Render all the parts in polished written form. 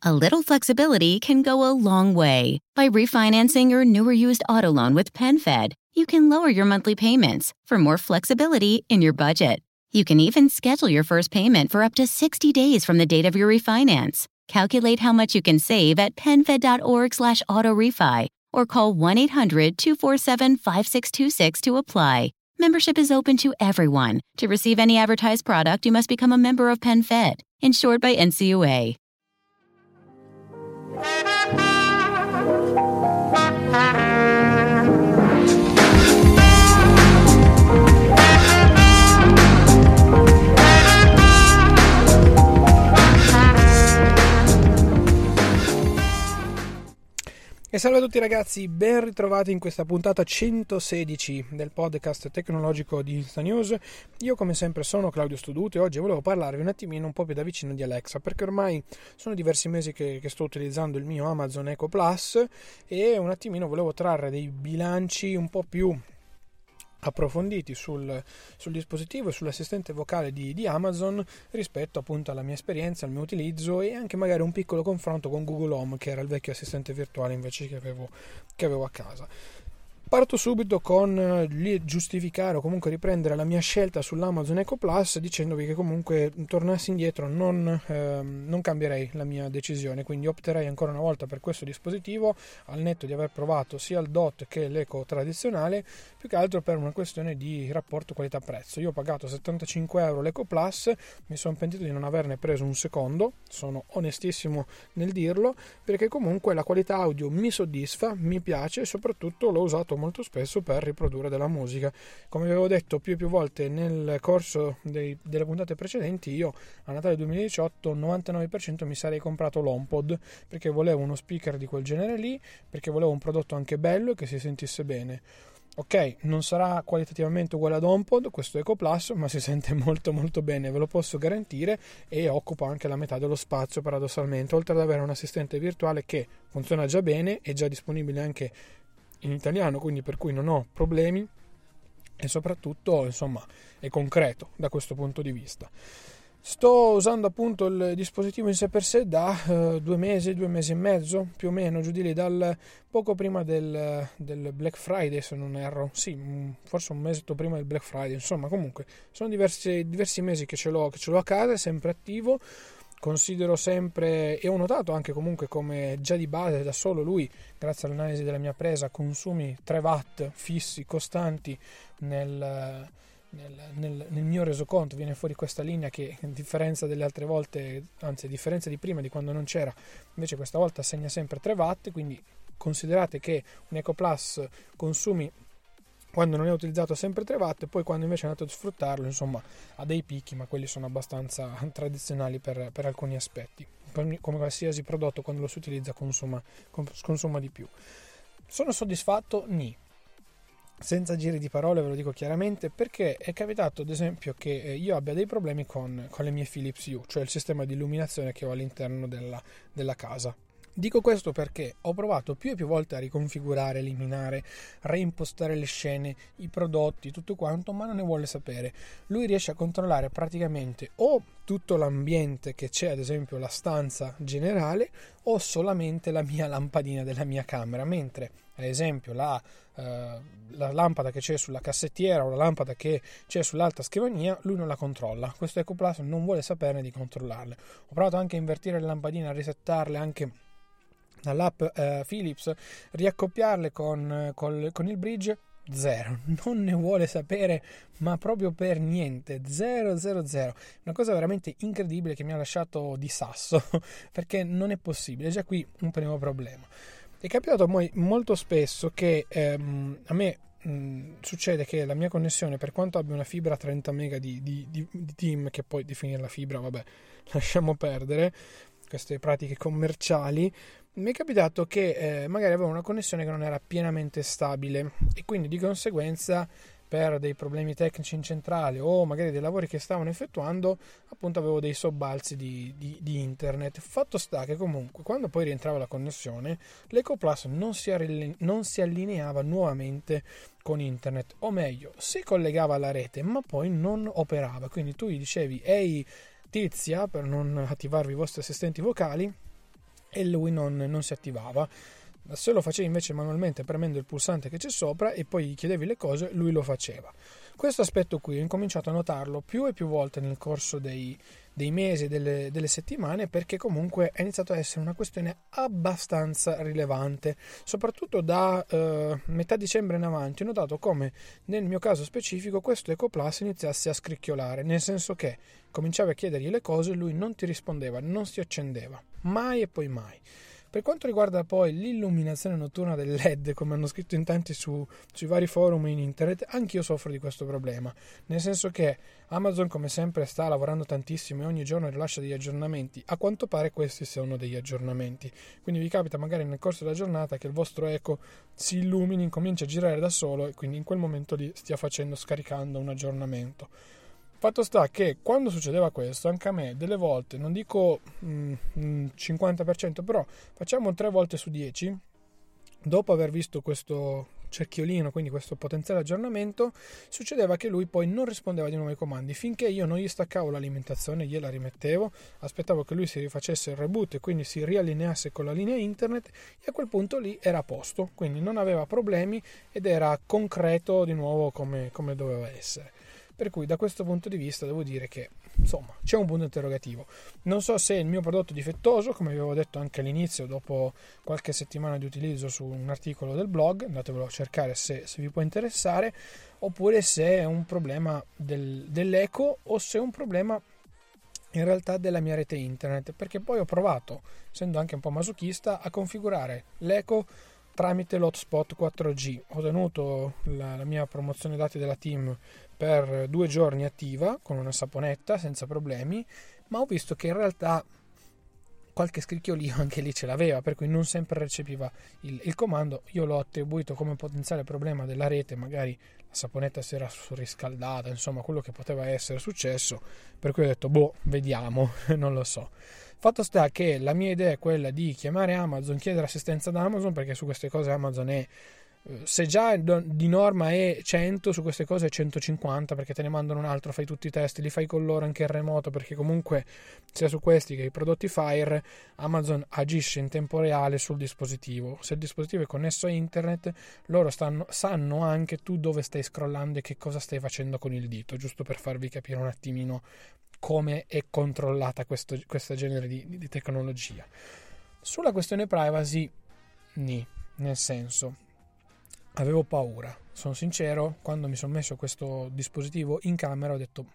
A little flexibility can go a long way. By refinancing your newer used auto loan with PenFed, you can lower your monthly payments for more flexibility in your budget. You can even schedule your first payment for up to 60 days from the date of your refinance. Calculate how much you can save at PenFed.org/autorefi or call 1-800-247-5626 to apply. Membership is open to everyone. To receive any advertised product, you must become a member of PenFed, insured by NCUA. E salve a tutti ragazzi, ben ritrovati in questa puntata 116 del podcast tecnologico di Instanews. Io come sempre sono Claudio Studuto e oggi volevo parlarvi un attimino un po' più da vicino di Alexa, perché ormai sono diversi mesi che sto utilizzando il mio Amazon Echo Plus e un attimino volevo trarre dei bilanci un po' più approfonditi sul dispositivo e sull'assistente vocale di Amazon rispetto appunto alla mia esperienza, al mio utilizzo e anche magari un piccolo confronto con Google Home, che era il vecchio assistente virtuale invece che avevo a casa. Parto subito con giustificare o comunque riprendere la mia scelta sull'Amazon Echo Plus dicendovi che comunque tornassi indietro non cambierei la mia decisione, quindi opterei ancora una volta per questo dispositivo al netto di aver provato sia il Dot che l'Echo tradizionale, più che altro per una questione di rapporto qualità-prezzo. Io ho pagato €75 l'Echo Plus, mi sono pentito di non averne preso un secondo, sono onestissimo nel dirlo, perché comunque la qualità audio mi soddisfa, mi piace e soprattutto l'ho usato molto spesso per riprodurre della musica. Come avevo detto più e più volte nel corso delle puntate precedenti, io a Natale 2018 99% mi sarei comprato l'HomePod perché volevo uno speaker di quel genere lì, perché volevo un prodotto anche bello e che si sentisse bene. Ok, non sarà qualitativamente uguale ad HomePod questo Echo Plus, ma si sente molto molto bene, ve lo posso garantire, e occupa anche la metà dello spazio paradossalmente, oltre ad avere un assistente virtuale che funziona già bene, è già disponibile anche in italiano, quindi per cui non ho problemi e soprattutto insomma è concreto da questo punto di vista. Sto usando appunto il dispositivo in sé per sé da 2 mesi e mezzo più o meno, giù di lì, dal poco prima del Black Friday, se non erro, sì, forse un mesetto prima del Black Friday, insomma comunque sono diversi mesi che ce l'ho a casa, è sempre attivo. Considero sempre, e ho notato anche comunque come già di base da solo lui, grazie all'analisi della mia presa, consumi 3 watt fissi, costanti nel mio resoconto. Viene fuori questa linea che, a differenza delle altre volte, anzi a differenza di prima, di quando non c'era, invece questa volta segna sempre 3 watt, quindi considerate che un Echo Plus consumi, quando non è utilizzato, sempre 3 watt, e poi quando invece è andato a sfruttarlo insomma ha dei picchi, ma quelli sono abbastanza tradizionali per alcuni aspetti. Come qualsiasi prodotto, quando lo si utilizza consuma di più. Sono soddisfatto? Nì. Senza giri di parole ve lo dico chiaramente, perché è capitato ad esempio che io abbia dei problemi con le mie Philips Hue, cioè il sistema di illuminazione che ho all'interno della casa. Dico questo perché ho provato più e più volte a riconfigurare, eliminare, reimpostare le scene, i prodotti, tutto quanto, ma non ne vuole sapere. Lui riesce a controllare praticamente o tutto l'ambiente che c'è, ad esempio la stanza generale, o solamente la mia lampadina della mia camera, mentre ad esempio la lampada che c'è sulla cassettiera o la lampada che c'è sull'alta scrivania lui non la controlla. Questo Echo Plus non vuole saperne di controllarle. Ho provato anche a invertire le lampadine, a risettarle anche dall'app Philips, riaccoppiarle con il bridge, zero, non ne vuole sapere, ma proprio per niente, zero. Una cosa veramente incredibile che mi ha lasciato di sasso perché non è possibile. Già qui un primo problema. È capitato molto spesso che a me succede che la mia connessione, per quanto abbia una fibra 30 mega di TIM, che poi definire la fibra, vabbè, lasciamo perdere queste pratiche commerciali, mi è capitato che magari avevo una connessione che non era pienamente stabile e quindi di conseguenza, per dei problemi tecnici in centrale o magari dei lavori che stavano effettuando, appunto avevo dei sobbalzi di internet. Fatto sta che comunque quando poi rientrava la connessione, l'Echo Plus non si allineava nuovamente con internet, o meglio, si collegava alla rete ma poi non operava. Quindi tu gli dicevi: ehi Tizia, per non attivarvi i vostri assistenti vocali, e lui non si attivava. Se lo facevi invece manualmente premendo il pulsante che c'è sopra e poi gli chiedevi le cose, lui lo faceva. Questo aspetto qui ho incominciato a notarlo più e più volte nel corso dei mesi, delle settimane, perché comunque è iniziato a essere una questione abbastanza rilevante. Soprattutto da metà dicembre in avanti ho notato come nel mio caso specifico questo EcoPlus iniziasse a scricchiolare, nel senso che cominciavi a chiedergli le cose, lui non ti rispondeva, non si accendeva, mai e poi mai. Per quanto riguarda poi l'illuminazione notturna del LED, come hanno scritto in tanti sui vari forum in internet, anch'io soffro di questo problema, nel senso che Amazon come sempre sta lavorando tantissimo e ogni giorno rilascia degli aggiornamenti. A quanto pare questi sono degli aggiornamenti, quindi vi capita magari nel corso della giornata che il vostro Eco si illumini, incomincia a girare da solo e quindi in quel momento lì stia scaricando un aggiornamento. Fatto sta che quando succedeva questo, anche a me, delle volte, non dico 50%, però facciamo 3 volte su 10, dopo aver visto questo cerchiolino, quindi questo potenziale aggiornamento, succedeva che lui poi non rispondeva di nuovo ai comandi, finché io non gli staccavo l'alimentazione, gliela rimettevo, aspettavo che lui si rifacesse il reboot e quindi si riallineasse con la linea internet e a quel punto lì era a posto, quindi non aveva problemi ed era concreto di nuovo come doveva essere. Per cui da questo punto di vista devo dire che insomma c'è un punto interrogativo. Non so se è il mio prodotto difettoso, come vi avevo detto anche all'inizio, dopo qualche settimana di utilizzo su un articolo del blog, andatevelo a cercare se vi può interessare, oppure se è un problema dell'eco o se è un problema in realtà della mia rete internet, perché poi ho provato, essendo anche un po' masochista, a configurare l'eco tramite l'hotspot 4G. Ho tenuto la mia promozione dati della team per 2 giorni attiva con una saponetta senza problemi, ma ho visto che in realtà qualche scricchiolio anche lì ce l'aveva, per cui non sempre recepiva il comando. Io l'ho attribuito come potenziale problema della rete, magari la saponetta si era surriscaldata, insomma quello che poteva essere successo, per cui ho detto vediamo, non lo so. Fatto sta che la mia idea è quella di chiamare Amazon, chiedere assistenza ad Amazon, perché su queste cose Amazon è, se già di norma è 100, su queste cose è 150, perché te ne mandano un altro, fai tutti i test, li fai con loro anche in remoto, perché comunque sia su questi che i prodotti Fire Amazon agisce in tempo reale sul dispositivo. Se il dispositivo è connesso a internet, loro sanno anche tu dove stai scrollando e che cosa stai facendo con il dito, giusto per farvi capire un attimino come è controllata questo genere di tecnologia. Sulla questione privacy, nel senso, avevo paura, sono sincero, quando mi sono messo questo dispositivo in camera ho detto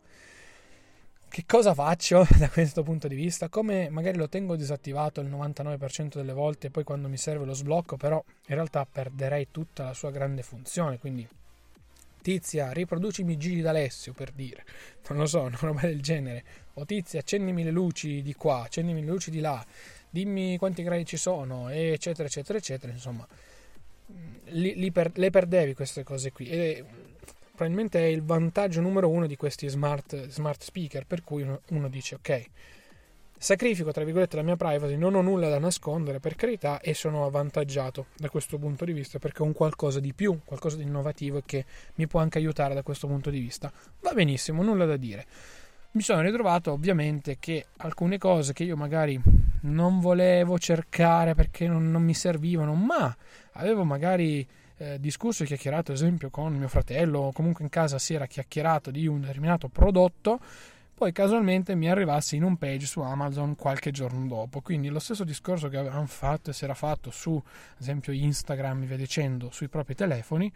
che cosa faccio da questo punto di vista, come magari lo tengo disattivato il 99% delle volte e poi quando mi serve lo sblocco, però in realtà perderei tutta la sua grande funzione, quindi Tizia, riproducimi i giri d'Alessio, per dire, non lo so, una roba del genere, o Tizia, accendimi le luci di qua, accendimi le luci di là, dimmi quanti gradi ci sono, eccetera eccetera eccetera, insomma le perdevi queste cose qui, e probabilmente è il vantaggio numero 1 di questi smart speaker, per cui uno dice ok, sacrifico tra virgolette la mia privacy, non ho nulla da nascondere, per carità, e sono avvantaggiato da questo punto di vista perché ho un qualcosa di più, qualcosa di innovativo che mi può anche aiutare da questo punto di vista. Va benissimo, nulla da dire. Mi sono ritrovato ovviamente che alcune cose che io magari non volevo cercare perché non mi servivano, ma avevo magari discusso e chiacchierato ad esempio con mio fratello, o comunque in casa si era chiacchierato di un determinato prodotto, poi casualmente mi arrivasse in un page su Amazon qualche giorno dopo. Quindi lo stesso discorso che avevamo fatto e si era fatto su ad esempio Instagram e via dicendo sui propri telefoni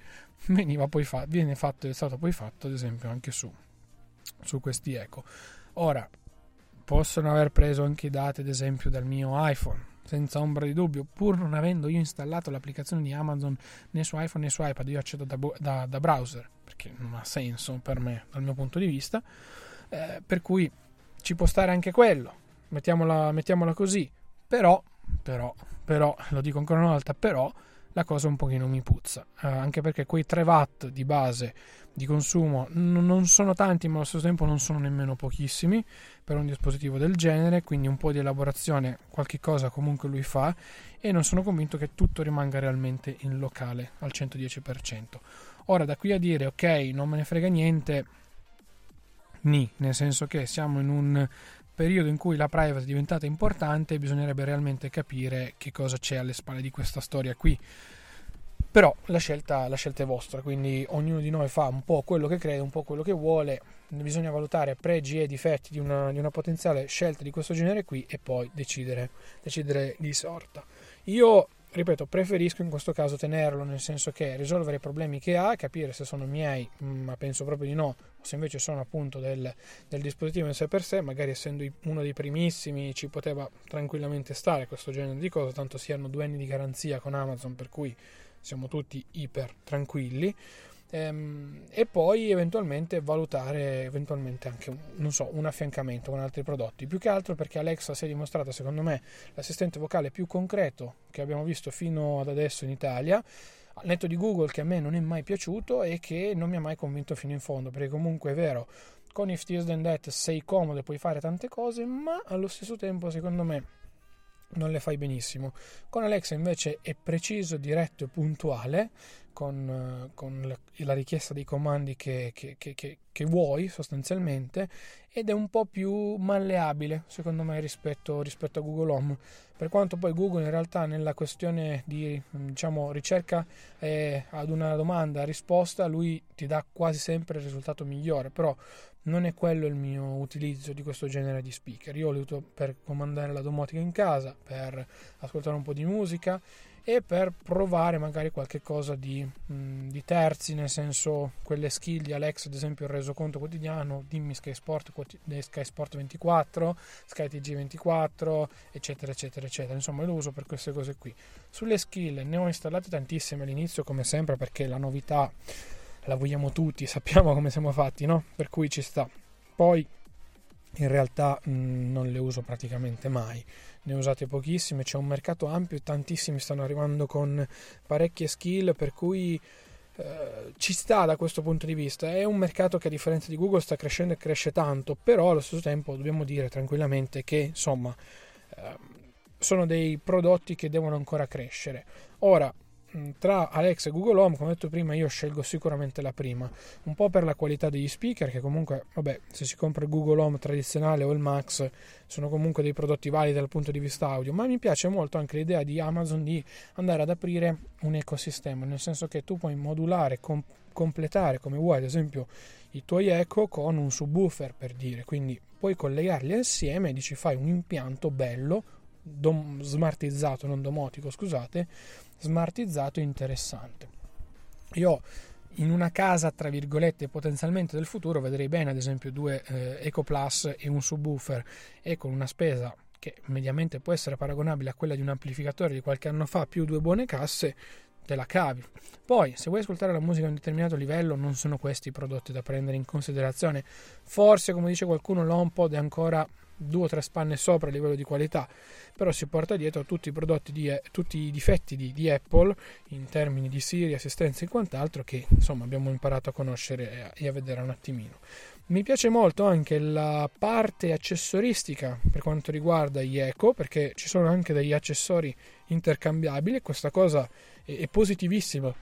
è stato poi fatto ad esempio anche su questi Eco. Ora possono aver preso anche i dati ad esempio dal mio iPhone, senza ombra di dubbio, pur non avendo io installato l'applicazione di Amazon né su iPhone né su iPad. Io accedo da browser perché non ha senso per me dal mio punto di vista, per cui ci può stare anche quello, mettiamola così, però lo dico ancora una volta, però la cosa un pochino mi puzza, anche perché quei 3 watt di base di consumo non sono tanti, ma allo stesso tempo non sono nemmeno pochissimi per un dispositivo del genere, quindi un po' di elaborazione qualche cosa comunque lui fa, e non sono convinto che tutto rimanga realmente in locale al 110%. Ora da qui a dire ok, non me ne frega niente, nel senso che siamo in un periodo in cui la privacy è diventata importante, bisognerebbe realmente capire che cosa c'è alle spalle di questa storia qui. Però la scelta è vostra, quindi ognuno di noi fa un po' quello che crede, un po' quello che vuole. Bisogna valutare pregi e difetti di una potenziale scelta di questo genere qui e poi decidere di sorta. Io, ripeto, preferisco in questo caso tenerlo, nel senso che risolvere i problemi che ha, capire se sono miei, ma penso proprio di no, o se invece sono appunto del dispositivo in sé per sé. Magari essendo uno dei primissimi ci poteva tranquillamente stare questo genere di cose, tanto si hanno 2 anni di garanzia con Amazon, per cui siamo tutti iper tranquilli, e poi eventualmente valutare anche un affiancamento con altri prodotti, più che altro perché Alexa si è dimostrata, secondo me, l'assistente vocale più concreto che abbiamo visto fino ad adesso in Italia, al netto di Google, che a me non è mai piaciuto e che non mi ha mai convinto fino in fondo, perché comunque è vero, con If This Then That sei comodo e puoi fare tante cose, ma allo stesso tempo secondo me non le fai benissimo. Con Alexa invece è preciso, diretto e puntuale, con la richiesta dei comandi che vuoi sostanzialmente, ed è un po' più malleabile secondo me rispetto a Google Home, per quanto poi Google in realtà nella questione di ricerca ad una domanda risposta lui ti dà quasi sempre il risultato migliore, però non è quello il mio utilizzo di questo genere di speaker. Io lo uso per comandare la domotica in casa, per ascoltare un po' di musica e per provare magari qualche cosa di terzi, nel senso quelle skill di Alexa, ad esempio il resoconto quotidiano, dimmi Sky Sport 24, Sky TG 24, eccetera eccetera eccetera. Insomma, lo uso per queste cose qui. Sulle skill ne ho installate tantissime all'inizio, come sempre, perché la novità la vogliamo tutti, sappiamo come siamo fatti, no? Per cui ci sta. Poi in realtà non le uso praticamente mai, ne ho usate pochissime, c'è un mercato ampio, tantissimi stanno arrivando con parecchie skill, per cui ci sta da questo punto di vista. È un mercato che a differenza di Google sta crescendo e cresce tanto, però allo stesso tempo dobbiamo dire tranquillamente che insomma sono dei prodotti che devono ancora crescere. Ora, tra Alexa e Google Home, come ho detto prima, io scelgo sicuramente la prima, un po' per la qualità degli speaker, che comunque, vabbè, se si compra il Google Home tradizionale o il Max sono comunque dei prodotti validi dal punto di vista audio, ma mi piace molto anche l'idea di Amazon di andare ad aprire un ecosistema, nel senso che tu puoi modulare, completare come vuoi, ad esempio i tuoi Echo con un subwoofer, per dire, quindi puoi collegarli assieme e dici fai un impianto bello, smartizzato, non domotico, scusate, smartizzato e interessante. Io in una casa tra virgolette potenzialmente del futuro vedrei bene ad esempio 2 Eco Plus e un subwoofer, e con una spesa che mediamente può essere paragonabile a quella di un amplificatore di qualche anno fa più 2 buone casse, te la cavi. Poi se vuoi ascoltare la musica a un determinato livello non sono questi i prodotti da prendere in considerazione. Forse, come dice qualcuno, l'HomePod è ancora 2 o 3 spanne sopra il livello di qualità, però si porta dietro tutti i prodotti tutti i difetti di Apple in termini di Siri, assistenza e quant'altro, che insomma abbiamo imparato a conoscere e a vedere un attimino. Mi piace molto anche la parte accessoristica per quanto riguarda gli Echo, perché ci sono anche degli accessori intercambiabili, e questa cosa è positivissima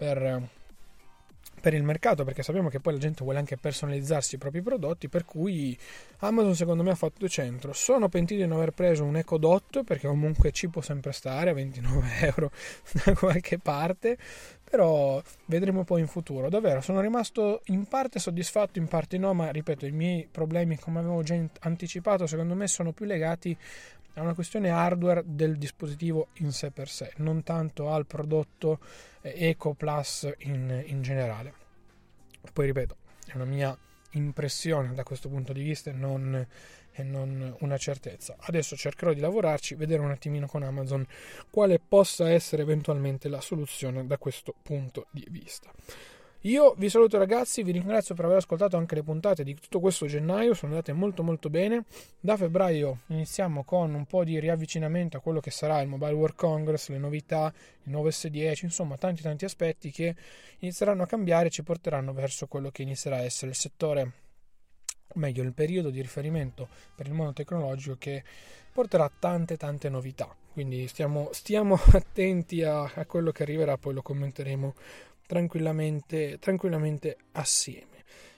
per il mercato, perché sappiamo che poi la gente vuole anche personalizzarsi i propri prodotti, per cui Amazon secondo me ha fatto centro. Sono pentito di non aver preso un Echo Dot, perché comunque ci può sempre stare a 29 euro da qualche parte, però vedremo poi in futuro. Davvero sono rimasto in parte soddisfatto, in parte no, ma ripeto, i miei problemi, come avevo già anticipato, secondo me sono più legati a una questione hardware del dispositivo in sé per sé, non tanto al prodotto Eco Plus in generale. Poi ripeto, è una mia impressione da questo punto di vista e non una certezza. Adesso cercherò di lavorarci, vedere un attimino con Amazon quale possa essere eventualmente la soluzione da questo punto di vista. Io vi saluto ragazzi, vi ringrazio per aver ascoltato anche le puntate di tutto questo gennaio, sono andate molto molto bene. Da febbraio iniziamo con un po' di riavvicinamento a quello che sarà il Mobile World Congress, le novità, il nuovo S10, insomma tanti aspetti che inizieranno a cambiare e ci porteranno verso quello che inizierà a essere il settore, o meglio il periodo di riferimento per il mondo tecnologico, che porterà tante novità, quindi stiamo attenti a quello che arriverà, poi lo commenteremo tranquillamente assieme.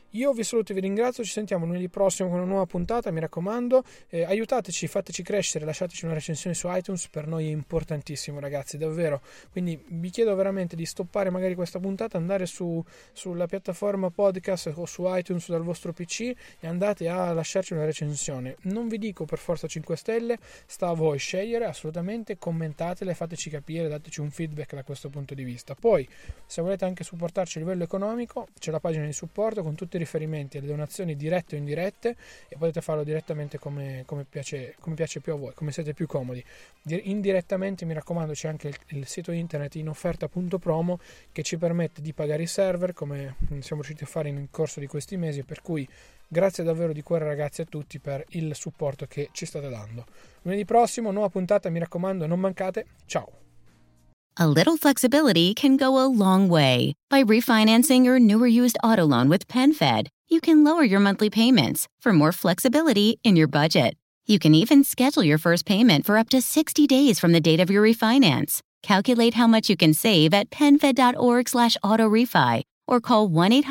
Io vi saluto e vi ringrazio, ci sentiamo lunedì prossimo con una nuova puntata, mi raccomando, aiutateci, fateci crescere, lasciateci una recensione su iTunes, per noi è importantissimo ragazzi, davvero, quindi vi chiedo veramente di stoppare magari questa puntata, andare sulla piattaforma podcast o su iTunes dal vostro PC e andate a lasciarci una recensione. Non vi dico per forza 5 stelle, sta a voi scegliere, assolutamente, commentatele, fateci capire, dateci un feedback da questo punto di vista. Poi, se volete anche supportarci a livello economico, c'è la pagina di supporto con tutti i riferimenti alle donazioni dirette o indirette e potete farlo direttamente come piace più a voi, come siete più comodi. Indirettamente, mi raccomando, c'è anche il sito internet in offerta.promo che ci permette di pagare i server come siamo riusciti a fare nel corso di questi mesi, per cui grazie davvero di cuore ragazzi a tutti per il supporto che ci state dando. Lunedì prossimo nuova puntata, mi raccomando, non mancate. Ciao. A little flexibility can go a long way. By refinancing your new or used auto loan with PenFed, you can lower your monthly payments for more flexibility in your budget. You can even schedule your first payment for up to 60 days from the date of your refinance. Calculate how much you can save at PenFed.org/autorefi or call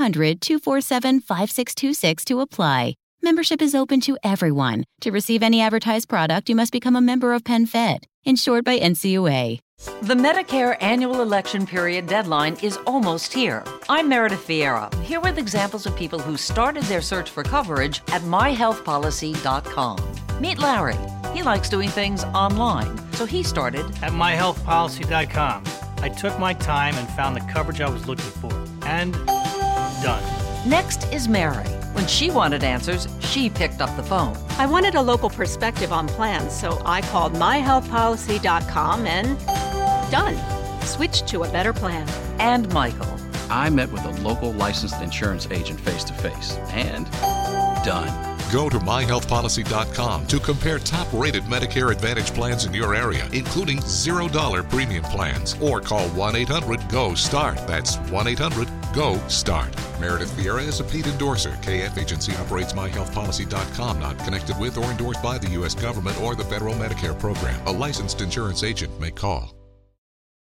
1-800-247-5626 to apply. Membership is open to everyone. To receive any advertised product, you must become a member of PenFed, insured by NCUA. The Medicare annual election period deadline is almost here. I'm Meredith Vieira, here with examples of people who started their search for coverage at myhealthpolicy.com. Meet Larry. He likes doing things online, so he started at myhealthpolicy.com. I took my time and found the coverage I was looking for. And done. Next is Mary. When she wanted answers, she picked up the phone. I wanted a local perspective on plans, so I called myhealthpolicy.com and done. Switched to a better plan. And Michael. I met with a local licensed insurance agent face-to-face and done. Go to myhealthpolicy.com to compare top-rated Medicare Advantage plans in your area, including $0 premium plans, or call 1-800-GO-START. That's 1-800-GO-START. Meredith Vieira is a paid endorser. KF Agency operates myhealthpolicy.com, not connected with or endorsed by the U.S. government or the federal Medicare program. A licensed insurance agent may call.